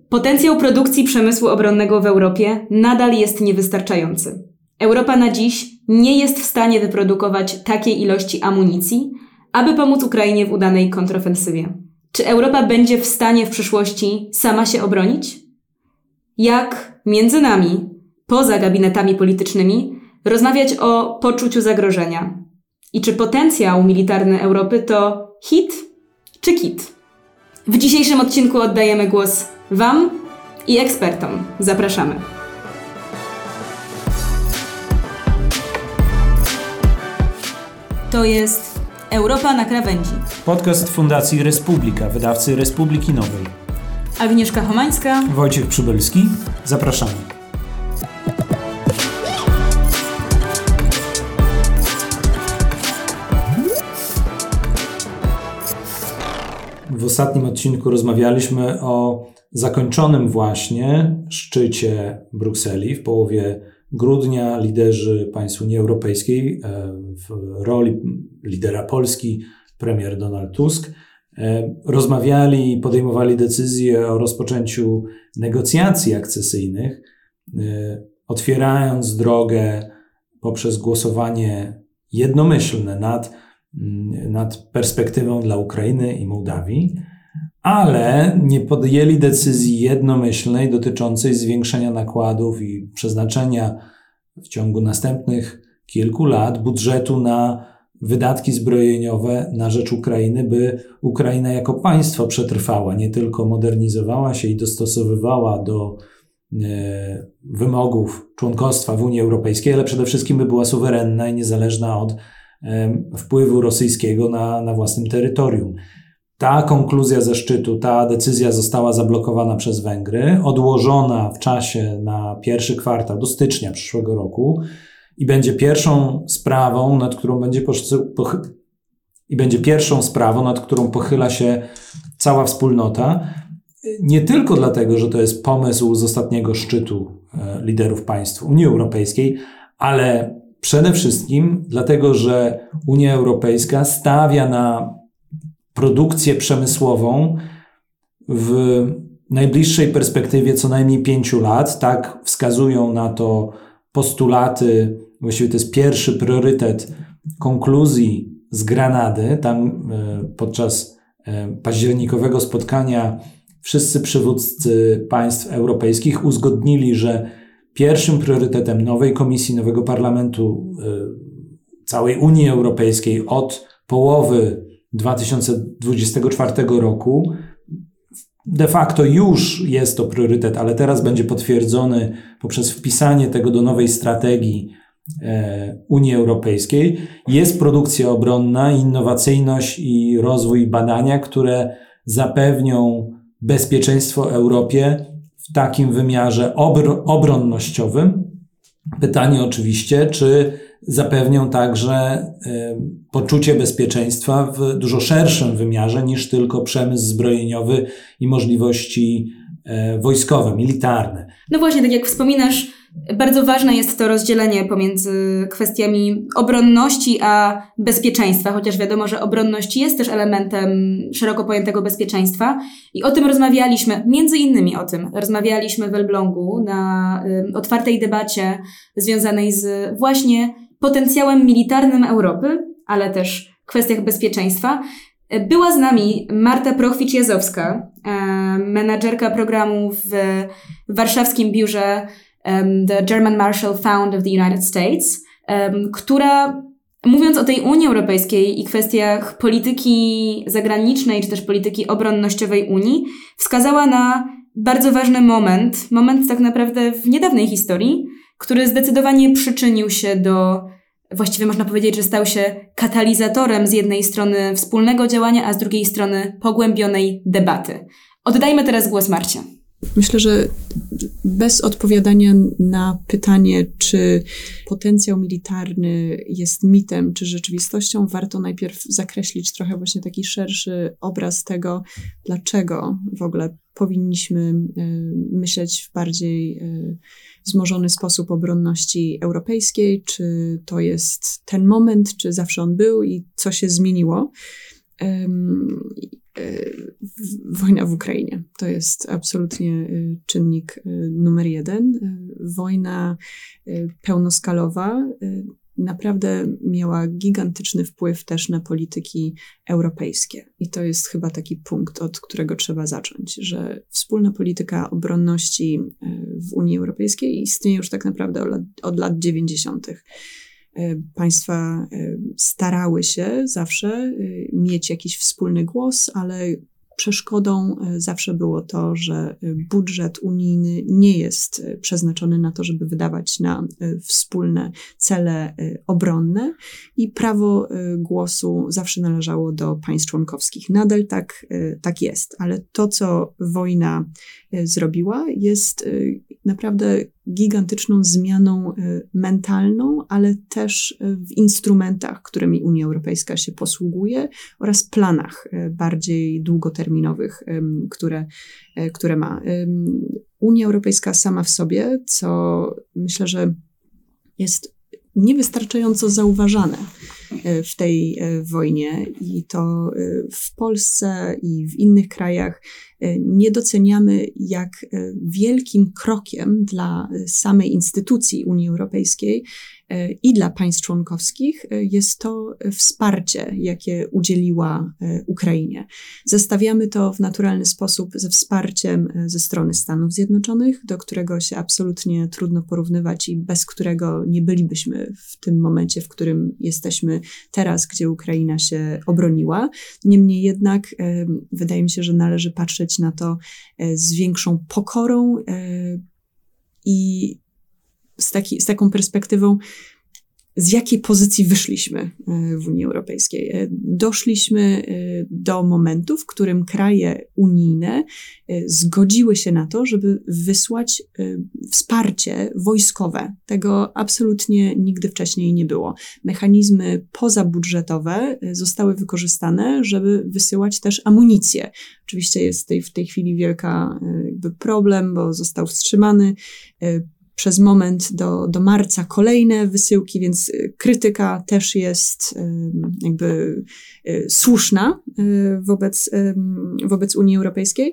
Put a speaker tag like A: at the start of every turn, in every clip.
A: Potencjał produkcji przemysłu obronnego w Europie nadal jest niewystarczający. Europa na dziś nie jest w stanie wyprodukować takiej ilości amunicji, aby pomóc Ukrainie w udanej kontrofensywie. Czy Europa będzie w stanie w przyszłości sama się obronić? Jak między nami, poza gabinetami politycznymi, rozmawiać o poczuciu zagrożenia? I czy potencjał militarny Europy to hit czy kit? W dzisiejszym odcinku oddajemy głos Wam i ekspertom. Zapraszamy. To jest Europa na krawędzi.
B: Podcast Fundacji Respublika, wydawcy Republiki Nowej.
A: Agnieszka Homańska.
B: Wojciech Przybylski. Zapraszamy. W ostatnim odcinku rozmawialiśmy o zakończonym właśnie szczycie Brukseli. W połowie grudnia liderzy państw Unii Europejskiej w roli lidera Polski, premier Donald Tusk, rozmawiali i podejmowali decyzję o rozpoczęciu negocjacji akcesyjnych, otwierając drogę poprzez głosowanie jednomyślne nad perspektywą dla Ukrainy i Mołdawii, ale nie podjęli decyzji jednomyślnej dotyczącej zwiększenia nakładów i przeznaczenia w ciągu następnych kilku lat budżetu na wydatki zbrojeniowe na rzecz Ukrainy, by Ukraina jako państwo przetrwała, nie tylko modernizowała się i dostosowywała do wymogów członkostwa w Unii Europejskiej, ale przede wszystkim by była suwerenna i niezależna od wpływu rosyjskiego na własnym terytorium. Ta konkluzja ze szczytu, ta decyzja została zablokowana przez Węgry, odłożona w czasie na pierwszy kwartał do stycznia przyszłego roku i będzie pierwszą sprawą, nad którą pochyla się cała wspólnota. Nie tylko dlatego, że to jest pomysł z ostatniego szczytu liderów państw Unii Europejskiej, ale przede wszystkim dlatego, że Unia Europejska stawia na produkcję przemysłową w najbliższej perspektywie co najmniej 5 lat. Tak wskazują na to postulaty, właściwie to jest pierwszy priorytet konkluzji z Granady. Tam podczas październikowego spotkania wszyscy przywódcy państw europejskich uzgodnili, że pierwszym priorytetem nowej Komisji, nowego Parlamentu, całej Unii Europejskiej od połowy 2024 roku, de facto już jest to priorytet, ale teraz będzie potwierdzony poprzez wpisanie tego do nowej strategii Unii Europejskiej, jest produkcja obronna, innowacyjność i rozwój badania, które zapewnią bezpieczeństwo Europie w takim wymiarze obronnościowym. Pytanie oczywiście, czy zapewnią także poczucie bezpieczeństwa w dużo szerszym wymiarze niż tylko przemysł zbrojeniowy i możliwości wojskowe, militarne.
A: No właśnie, tak jak wspominasz, bardzo ważne jest to rozdzielenie pomiędzy kwestiami obronności a bezpieczeństwa, chociaż wiadomo, że obronność jest też elementem szeroko pojętego bezpieczeństwa i o tym rozmawialiśmy, między innymi o tym rozmawialiśmy w Elblągu na otwartej debacie związanej z właśnie potencjałem militarnym Europy, ale też kwestiach bezpieczeństwa. Była z nami Marta Prochwicz-Jazowska, menadżerka programu w warszawskim biurze The German Marshall Fund of the United States, która, mówiąc o tej Unii Europejskiej i kwestiach polityki zagranicznej, czy też polityki obronnościowej Unii, wskazała na bardzo ważny moment tak naprawdę w niedawnej historii, który zdecydowanie przyczynił się do, właściwie można powiedzieć, że stał się katalizatorem z jednej strony wspólnego działania, a z drugiej strony pogłębionej debaty. Oddajmy teraz głos Marcie.
C: Myślę, że bez odpowiadania na pytanie, czy potencjał militarny jest mitem, czy rzeczywistością, warto najpierw zakreślić trochę właśnie taki szerszy obraz tego, dlaczego w ogóle powinniśmy myśleć w bardziej wzmożony sposób obronności europejskiej, czy to jest ten moment, czy zawsze on był i co się zmieniło. wojna w Ukrainie. To jest absolutnie czynnik numer 1. Wojna pełnoskalowa naprawdę miała gigantyczny wpływ też na polityki europejskie. I to jest chyba taki punkt, od którego trzeba zacząć, że wspólna polityka obronności w Unii Europejskiej istnieje już tak naprawdę od lat 90. Państwa starały się zawsze mieć jakiś wspólny głos, ale przeszkodą zawsze było to, że budżet unijny nie jest przeznaczony na to, żeby wydawać na wspólne cele obronne i prawo głosu zawsze należało do państw członkowskich. Nadal tak jest, ale to, co wojna zrobiła, jest naprawdę gigantyczną zmianą mentalną, ale też w instrumentach, którymi Unia Europejska się posługuje oraz planach bardziej długoterminowych, które ma. Unia Europejska sama w sobie, co myślę, że jest niewystarczająco zauważane w tej wojnie i to w Polsce i w innych krajach nie doceniamy, jak wielkim krokiem dla samej instytucji Unii Europejskiej i dla państw członkowskich jest to wsparcie, jakie udzieliła Ukrainie. Zestawiamy to w naturalny sposób ze wsparciem ze strony Stanów Zjednoczonych, do którego się absolutnie trudno porównywać i bez którego nie bylibyśmy w tym momencie, w którym jesteśmy teraz, gdzie Ukraina się obroniła. Niemniej jednak wydaje mi się, że należy patrzeć na to z większą pokorą i z taką perspektywą, z jakiej pozycji wyszliśmy w Unii Europejskiej. Doszliśmy do momentu, w którym kraje unijne zgodziły się na to, żeby wysłać wsparcie wojskowe. Tego absolutnie nigdy wcześniej nie było. Mechanizmy pozabudżetowe zostały wykorzystane, żeby wysyłać też amunicję. Oczywiście jest w tej chwili wielka problem, bo został wstrzymany przez moment do marca kolejne wysyłki, więc krytyka też jest słuszna wobec Unii Europejskiej,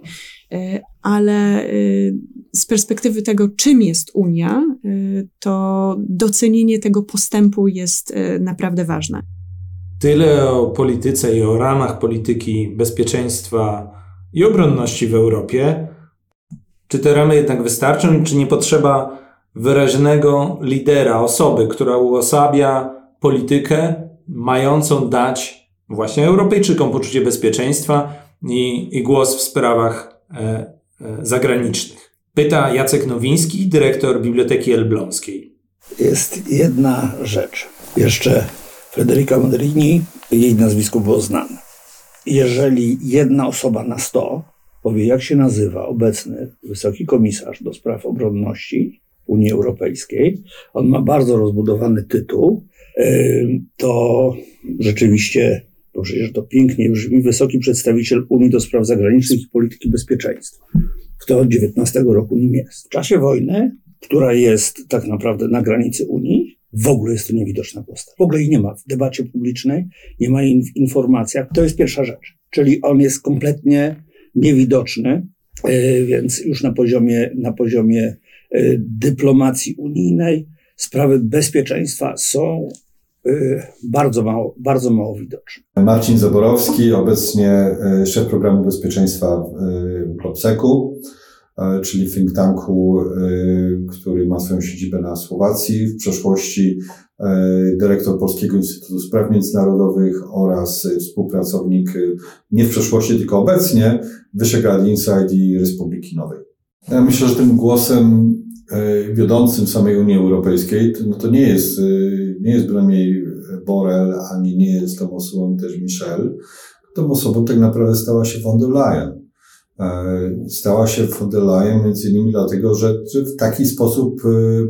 C: ale z perspektywy tego, czym jest Unia, to docenienie tego postępu jest naprawdę ważne.
B: Tyle o polityce i o ramach polityki bezpieczeństwa i obronności w Europie. Czy te ramy jednak wystarczą, czy nie potrzeba wyraźnego lidera, osoby, która uosabia politykę mającą dać właśnie Europejczykom poczucie bezpieczeństwa i głos w sprawach zagranicznych? Pyta Jacek Nowiński, dyrektor Biblioteki Elbląskiej.
D: Jest jedna rzecz. Jeszcze Federica Mogherini, jej nazwisko było znane. Jeżeli jedna osoba na 100 powie, jak się nazywa obecny wysoki komisarz do spraw obronności Unii Europejskiej, on ma bardzo rozbudowany tytuł, to rzeczywiście, bo przecież to pięknie brzmi, wysoki przedstawiciel Unii do spraw zagranicznych i polityki bezpieczeństwa. Kto od 19 roku nim jest. W czasie wojny, która jest tak naprawdę na granicy Unii, w ogóle jest to niewidoczna postać. W ogóle jej nie ma w debacie publicznej, nie ma jej w informacjach. To jest pierwsza rzecz. Czyli on jest kompletnie niewidoczny, więc już na poziomie dyplomacji unijnej sprawy bezpieczeństwa są bardzo mało widoczne.
E: Marcin Zaborowski, obecnie szef programu bezpieczeństwa w Globsecu, czyli think tanku, który ma swoją siedzibę na Słowacji. W przeszłości dyrektor Polskiego Instytutu Spraw Międzynarodowych oraz współpracownik nie w przeszłości, tylko obecnie Visegrad Inside i Republiki Nowej. Ja myślę, że tym głosem wiodącym samej Unii Europejskiej to nie jest bynajmniej Borrell, ani nie jest tą osobą też Michel. Tą osobą tak naprawdę stała się von der Leyen. Stała się von der Leyen między innymi dlatego, że w taki sposób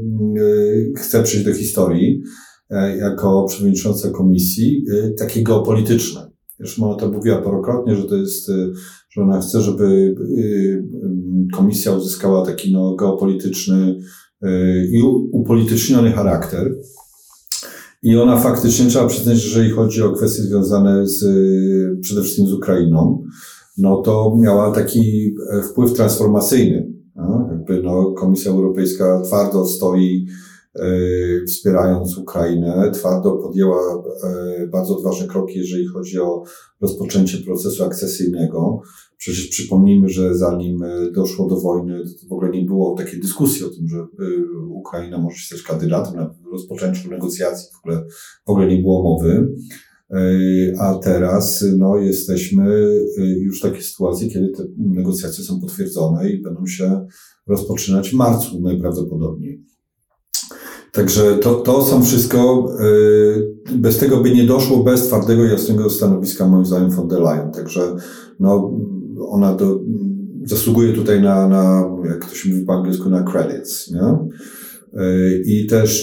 E: chce przyjść do historii jako przewodnicząca komisji, takiej geopolitycznej. Zresztą ona to mówiła parokrotnie, że ona chce, żeby komisja uzyskała taki geopolityczny i upolityczniony charakter. I ona faktycznie, trzeba przyznać, że jeżeli chodzi o kwestie związane przede wszystkim z Ukrainą, no to miała taki wpływ transformacyjny. Komisja Europejska twardo stoi, wspierając Ukrainę, twardo podjęła bardzo odważne kroki, jeżeli chodzi o rozpoczęcie procesu akcesyjnego. Przecież przypomnijmy, że zanim doszło do wojny, to w ogóle nie było takiej dyskusji o tym, że Ukraina może stać kandydatem na rozpoczęciu negocjacji. W ogóle nie było mowy. A teraz jesteśmy już w takiej sytuacji, kiedy te negocjacje są potwierdzone i będą się rozpoczynać w marcu najprawdopodobniej. Także to są wszystko, bez tego by nie doszło, bez twardego, jasnego stanowiska moim zdaniem von der Leyen. Także ona zasługuje tutaj na, jak to się mówi po angielsku, na credits, nie? I też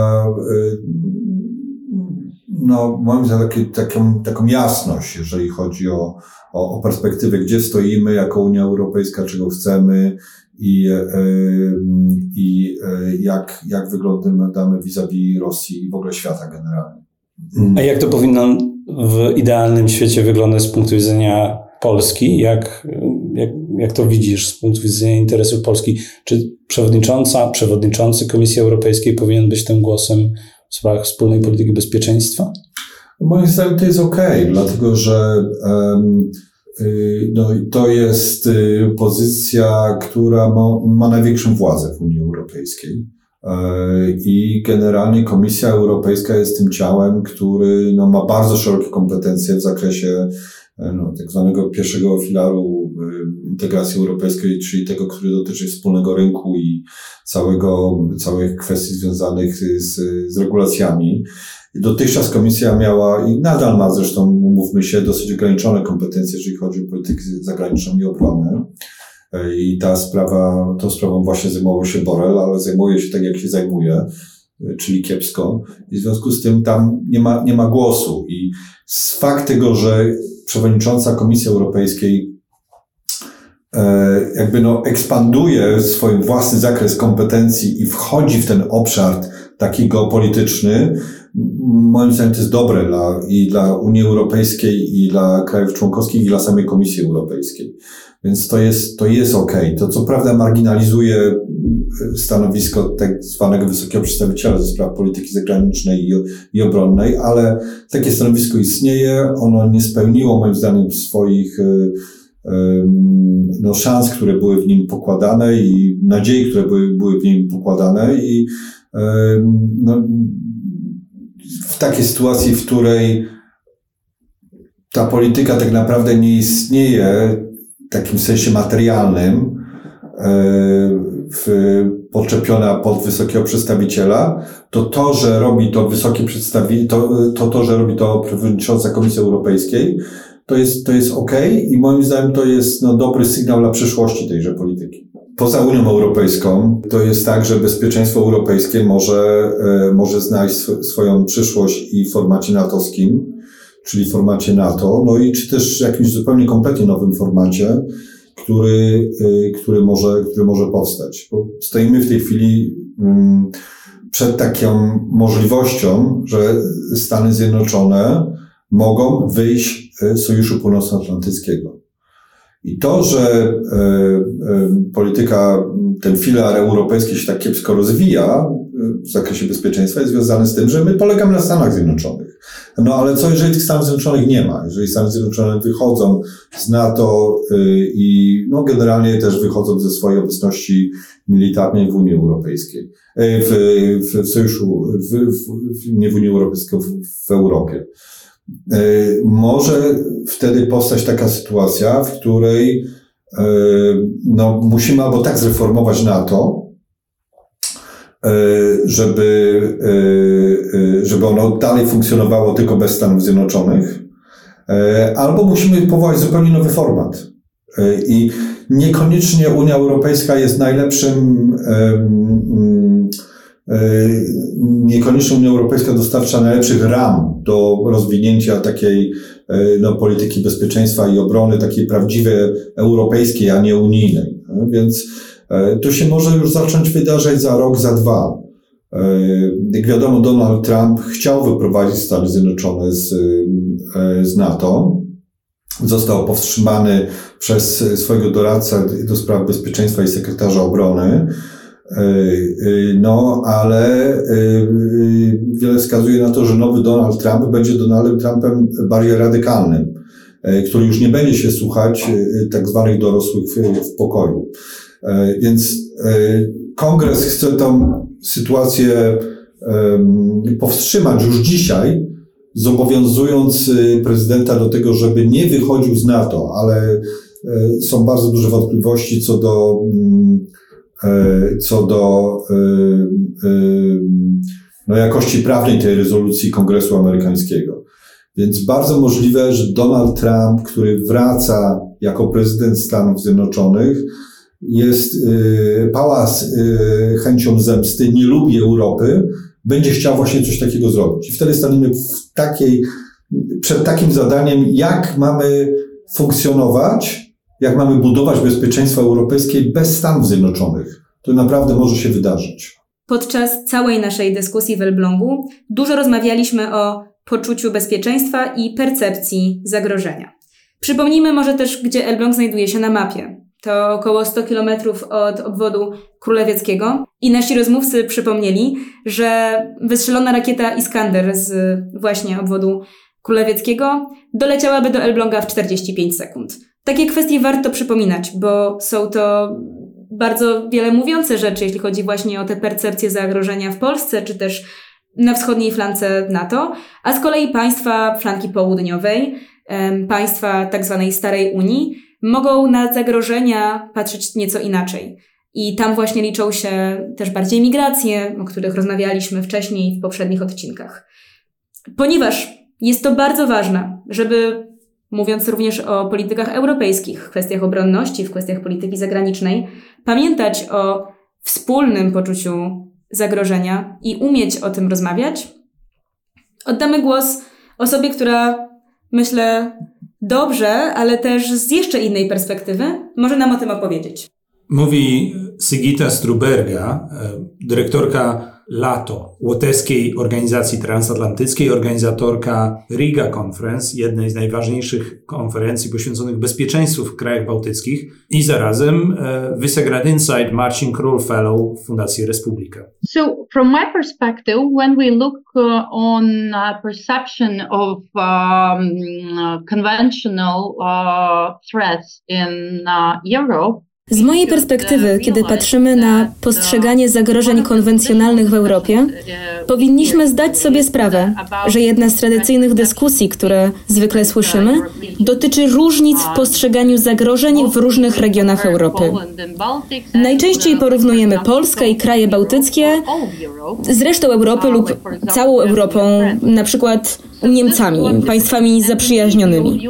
E: moim zdaniem taką jasność, jeżeli chodzi o perspektywę, gdzie stoimy jako Unia Europejska, czego chcemy i jak wyglądamy vis-a-vis Rosji i w ogóle świata generalnie.
F: A jak to powinno w idealnym świecie wyglądać z punktu widzenia Polski? Jak to widzisz z punktu widzenia interesów Polski? Czy przewodniczący Komisji Europejskiej powinien być tym głosem w sprawach wspólnej polityki bezpieczeństwa?
E: Moim zdaniem to jest okej, dlatego że to jest pozycja, która ma największą władzę w Unii Europejskiej. I generalnie Komisja Europejska jest tym ciałem, który ma bardzo szerokie kompetencje w zakresie tak zwanego pierwszego filaru integracji europejskiej, czyli tego, który dotyczy wspólnego rynku i całych kwestii związanych z regulacjami. Dotychczas Komisja miała i nadal ma, zresztą umówmy się, dosyć ograniczone kompetencje, jeżeli chodzi o politykę zagraniczną i obronę. I tą sprawą właśnie zajmował się Borrell, ale zajmuje się tak, jak się zajmuje, czyli kiepsko. I w związku z tym tam nie ma głosu. I fakt tego, że przewodnicząca Komisji Europejskiej ekspanduje swój własny zakres kompetencji i wchodzi w ten obszar taki geopolityczny, moim zdaniem to jest dobre dla Unii Europejskiej, i dla krajów członkowskich, i dla samej Komisji Europejskiej. Więc to jest okej. To co prawda marginalizuje stanowisko tak zwanego wysokiego przedstawiciela do spraw polityki zagranicznej i obronnej, ale takie stanowisko istnieje. Ono nie spełniło moim zdaniem swoich szans, które były w nim pokładane, i nadziei, które były w nim pokładane, i w takiej sytuacji, w której ta polityka tak naprawdę nie istnieje w takim sensie materialnym, podczepiona pod wysokiego przedstawiciela, to, że robi to wysoki przedstawiciel, to, że robi to przewodnicząca Komisji Europejskiej, to jest okej, i moim zdaniem to jest dobry sygnał dla przyszłości tejże polityki. Poza Unią Europejską to jest tak, że bezpieczeństwo europejskie może znaleźć swoją przyszłość i w formacie natowskim, czyli w formacie NATO, czy też w jakimś zupełnie kompletnie nowym formacie, który może powstać. Bo stoimy w tej chwili przed taką możliwością, że Stany Zjednoczone mogą wyjść z Sojuszu Północnoatlantyckiego. I to, że polityka, ten filar europejski się tak kiepsko rozwija w zakresie bezpieczeństwa, jest związane z tym, że my polegamy na Stanach Zjednoczonych. Ale co jeżeli tych Stanów Zjednoczonych nie ma? Jeżeli Stany Zjednoczone wychodzą z NATO i generalnie też wychodzą ze swojej obecności militarnej w Unii Europejskiej, w Sojuszu, nie w Unii Europejskiej, w Europie. Może wtedy powstać taka sytuacja, w której musimy albo tak zreformować NATO, żeby ono dalej funkcjonowało tylko bez Stanów Zjednoczonych, albo musimy powołać zupełnie nowy format. I niekoniecznie Unia Europejska jest niekoniecznie Unia Europejska dostarcza najlepszych ram do rozwinięcia takiej polityki bezpieczeństwa i obrony, takiej prawdziwej europejskiej, a nie unijnej. Więc to się może już zacząć wydarzać za rok, za dwa. Jak wiadomo, Donald Trump chciał wyprowadzić Stany Zjednoczone z NATO. Został powstrzymany przez swojego doradcę do spraw bezpieczeństwa i sekretarza obrony. No, ale wiele wskazuje na to, że nowy Donald Trump będzie Donaldem Trumpem bardziej radykalnym, który już nie będzie się słuchać tak zwanych dorosłych w pokoju. Więc Kongres chce tą sytuację powstrzymać już dzisiaj, zobowiązując prezydenta do tego, żeby nie wychodził z NATO, ale są bardzo duże wątpliwości co do jakości prawnej tej rezolucji Kongresu amerykańskiego. Więc bardzo możliwe, że Donald Trump, który wraca jako prezydent Stanów Zjednoczonych, pała chęcią zemsty, nie lubi Europy, będzie chciał właśnie coś takiego zrobić. I wtedy staniemy przed takim zadaniem, jak mamy funkcjonować, jak mamy budować bezpieczeństwo europejskie bez Stanów Zjednoczonych. To naprawdę może się wydarzyć.
A: Podczas całej naszej dyskusji w Elblągu dużo rozmawialiśmy o poczuciu bezpieczeństwa i percepcji zagrożenia. Przypomnijmy może też, gdzie Elbląg znajduje się na mapie. To około 100 kilometrów od obwodu królewieckiego i nasi rozmówcy przypomnieli, że wystrzelona rakieta Iskander z właśnie obwodu królewieckiego doleciałaby do Elbląga w 45 sekund. Takie kwestie warto przypominać, bo są to bardzo wiele mówiące rzeczy, jeśli chodzi właśnie o tę percepcję zagrożenia w Polsce, czy też na wschodniej flance NATO, a z kolei państwa flanki południowej, państwa tak zwanej Starej Unii, mogą na zagrożenia patrzeć nieco inaczej. I tam właśnie liczą się też bardziej migracje, o których rozmawialiśmy wcześniej w poprzednich odcinkach. Ponieważ jest to bardzo ważne, żeby, mówiąc również o politykach europejskich, w kwestiach obronności, w kwestiach polityki zagranicznej, pamiętać o wspólnym poczuciu zagrożenia i umieć o tym rozmawiać, oddamy głos osobie, która, myślę, dobrze, ale też z jeszcze innej perspektywy może nam o tym opowiedzieć.
B: Mówi Sigita Struberga, dyrektorka LATO, łotewskiej organizacji transatlantyckiej, organizatorka Riga Conference, jednej z najważniejszych konferencji poświęconych bezpieczeństwu w krajach bałtyckich i zarazem Visegrad Insight Marcin Król Fellow Fundacji Republika.
G: So from my perspective, when we look on perception of conventional threats in Europe,
A: z mojej perspektywy, kiedy patrzymy na postrzeganie zagrożeń konwencjonalnych w Europie, powinniśmy zdać sobie sprawę, że jedna z tradycyjnych dyskusji, które zwykle słyszymy, dotyczy różnic w postrzeganiu zagrożeń w różnych regionach Europy. Najczęściej porównujemy Polskę i kraje bałtyckie z resztą Europy lub całą Europą, na przykład Niemcami, państwami zaprzyjaźnionymi.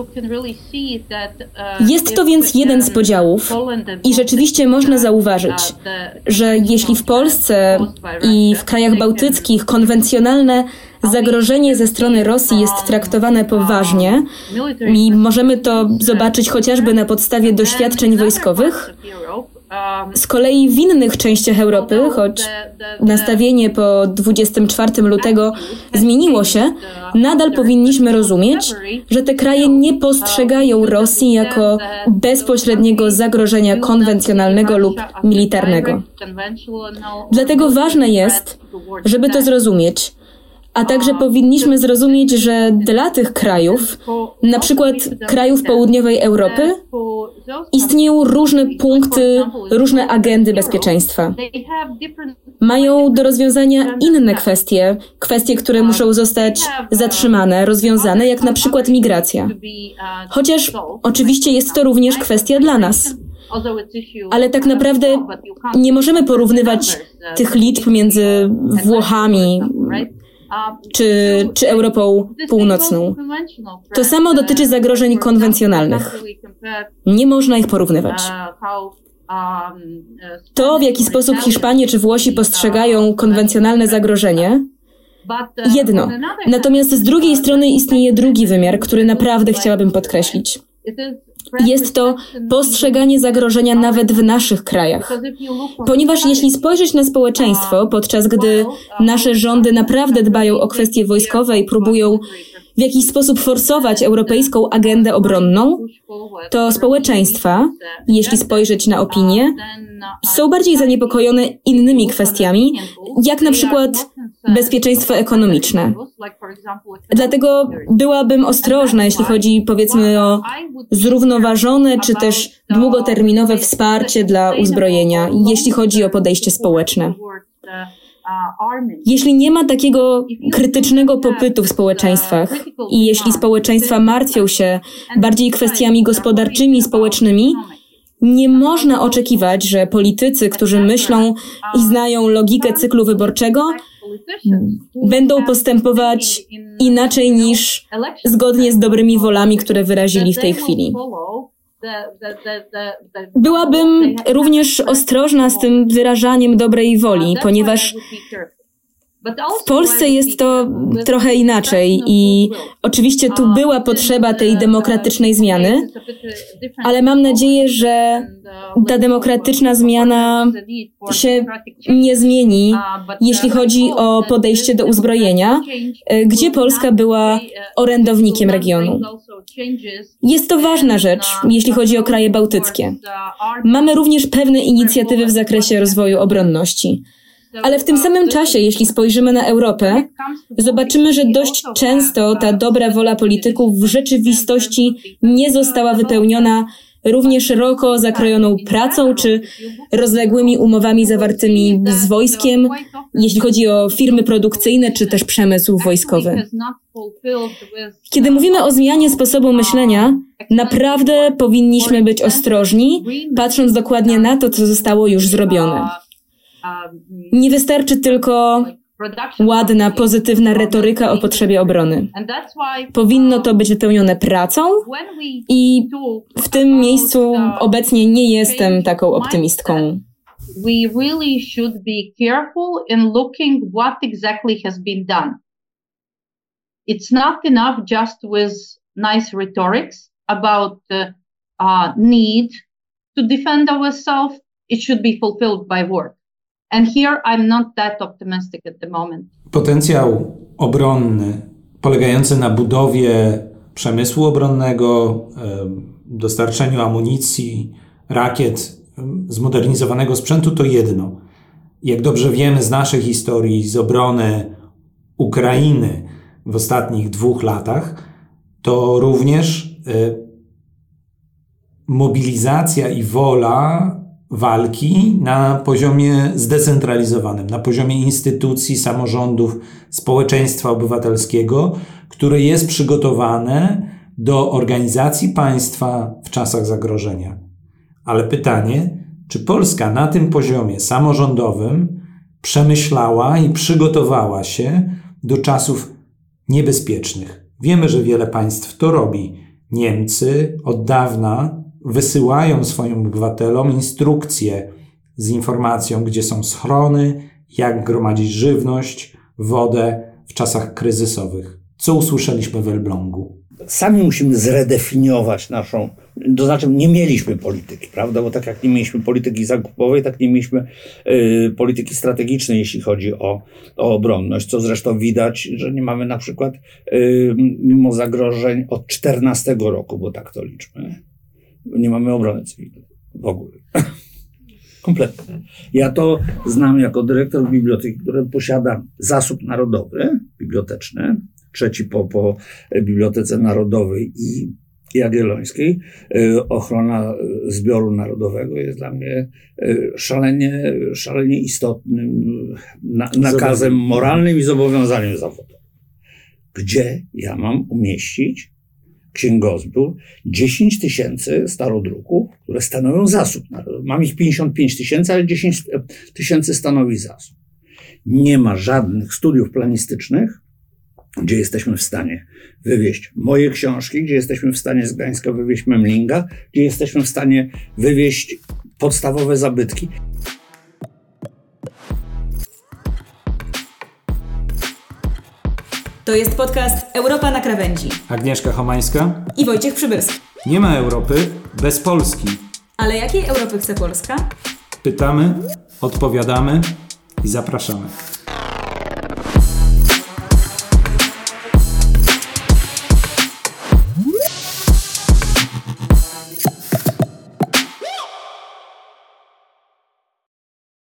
A: Jest to więc jeden z podziałów i rzeczywiście można zauważyć, że jeśli w Polsce i w krajach bałtyckich konwencjonalne zagrożenie ze strony Rosji jest traktowane poważnie i możemy to zobaczyć chociażby na podstawie doświadczeń wojskowych, z kolei w innych częściach Europy, choć nastawienie po 24 lutego zmieniło się, nadal powinniśmy rozumieć, że te kraje nie postrzegają Rosji jako bezpośredniego zagrożenia konwencjonalnego lub militarnego. Dlatego ważne jest, żeby to zrozumieć, a także powinniśmy zrozumieć, że dla tych krajów, na przykład krajów południowej Europy, istnieją różne punkty, różne agendy bezpieczeństwa. Mają do rozwiązania inne kwestie, które muszą zostać zatrzymane, rozwiązane, jak na przykład migracja. Chociaż oczywiście jest to również kwestia dla nas. Ale tak naprawdę nie możemy porównywać tych liczb między Włochami czy Europą Północną. To samo dotyczy zagrożeń konwencjonalnych. Nie można ich porównywać. To, w jaki sposób Hiszpanie czy Włosi postrzegają konwencjonalne zagrożenie, jedno. Natomiast z drugiej strony istnieje drugi wymiar, który naprawdę chciałabym podkreślić. jest to postrzeganie zagrożenia nawet w naszych krajach. Ponieważ jeśli spojrzeć na społeczeństwo, podczas gdy nasze rządy naprawdę dbają o kwestie wojskowe i próbują w jakiś sposób forsować europejską agendę obronną, to społeczeństwa, jeśli spojrzeć na opinię, są bardziej zaniepokojone innymi kwestiami, jak na przykład bezpieczeństwo ekonomiczne. Dlatego byłabym ostrożna, jeśli chodzi, powiedzmy, o zrównoważone czy też długoterminowe wsparcie dla uzbrojenia, jeśli chodzi o podejście społeczne. Jeśli nie ma takiego krytycznego popytu w społeczeństwach i jeśli społeczeństwa martwią się bardziej kwestiami gospodarczymi i społecznymi, nie można oczekiwać, że politycy, którzy myślą i znają logikę cyklu wyborczego, będą postępować inaczej niż zgodnie z dobrymi wolami, które wyrazili w tej chwili. Byłabym również ostrożna z tym wyrażaniem dobrej woli, ponieważ w Polsce jest to trochę inaczej i oczywiście tu była potrzeba tej demokratycznej zmiany, ale mam nadzieję, że ta demokratyczna zmiana się nie zmieni, jeśli chodzi o podejście do uzbrojenia, gdzie Polska była orędownikiem regionu. Jest to ważna rzecz, jeśli chodzi o kraje bałtyckie. Mamy również pewne inicjatywy w zakresie rozwoju obronności. Ale w tym samym czasie, jeśli spojrzymy na Europę, zobaczymy, że dość często ta dobra wola polityków w rzeczywistości nie została wypełniona równie szeroko zakrojoną pracą czy rozległymi umowami zawartymi z wojskiem, jeśli chodzi o firmy produkcyjne czy też przemysł wojskowy. Kiedy mówimy o zmianie sposobu myślenia, naprawdę powinniśmy być ostrożni, patrząc dokładnie na to, co zostało już zrobione. Nie wystarczy tylko ładna, pozytywna retoryka o potrzebie obrony. Powinno to być wypełnione pracą i w tym miejscu obecnie nie jestem taką optymistką.
G: We really should be careful in looking what exactly has been done. It's not enough just with nice rhetorics about the need to defend ourselves. It should be fulfilled by work. And here I'm not that optimistic at the moment.
B: Potencjał obronny polegający na budowie przemysłu obronnego, dostarczeniu amunicji, rakiet, zmodernizowanego sprzętu to jedno. Jak dobrze wiemy z naszej historii, z obrony Ukrainy w ostatnich 2 latach, to również mobilizacja i wola walki na poziomie zdecentralizowanym, na poziomie instytucji, samorządów, społeczeństwa obywatelskiego, które jest przygotowane do organizacji państwa w czasach zagrożenia. Ale pytanie, czy Polska na tym poziomie samorządowym przemyślała i przygotowała się do czasów niebezpiecznych? Wiemy, że wiele państw to robi. Niemcy od dawna wysyłają swoim obywatelom instrukcje z informacją, gdzie są schrony, jak gromadzić żywność, wodę w czasach kryzysowych. Co usłyszeliśmy w Elblągu?
D: Sami musimy zredefiniować naszą, to znaczy nie mieliśmy polityki, prawda? Bo tak jak nie mieliśmy polityki zakupowej, tak nie mieliśmy polityki strategicznej, jeśli chodzi o obronność, co zresztą widać, że nie mamy na przykład mimo zagrożeń od 2014 roku, bo tak to liczmy, nie mamy obrony cywilnej w ogóle. Kompletnie. Ja to znam jako dyrektor biblioteki, która posiada zasób narodowy, biblioteczny, trzeci po Bibliotece Narodowej i Jagiellońskiej. Ochrona zbioru narodowego jest dla mnie szalenie istotnym nakazem moralnym i zobowiązaniem zawodowym. Gdzie ja mam umieścić księgozbiór 10 000 starodruków, które stanowią zasób narodowy. Mam ich 55 000, ale 10 000 stanowi zasób. Nie ma żadnych studiów planistycznych, gdzie jesteśmy w stanie wywieźć moje książki, gdzie jesteśmy w stanie z Gdańska wywieźć Memlinga, gdzie jesteśmy w stanie wywieźć podstawowe zabytki.
A: To jest podcast Europa na krawędzi.
B: Agnieszka Homańska
A: I Wojciech Przybylski.
B: Nie ma Europy bez Polski.
A: Ale jakiej Europy chce Polska?
B: Pytamy, odpowiadamy i zapraszamy.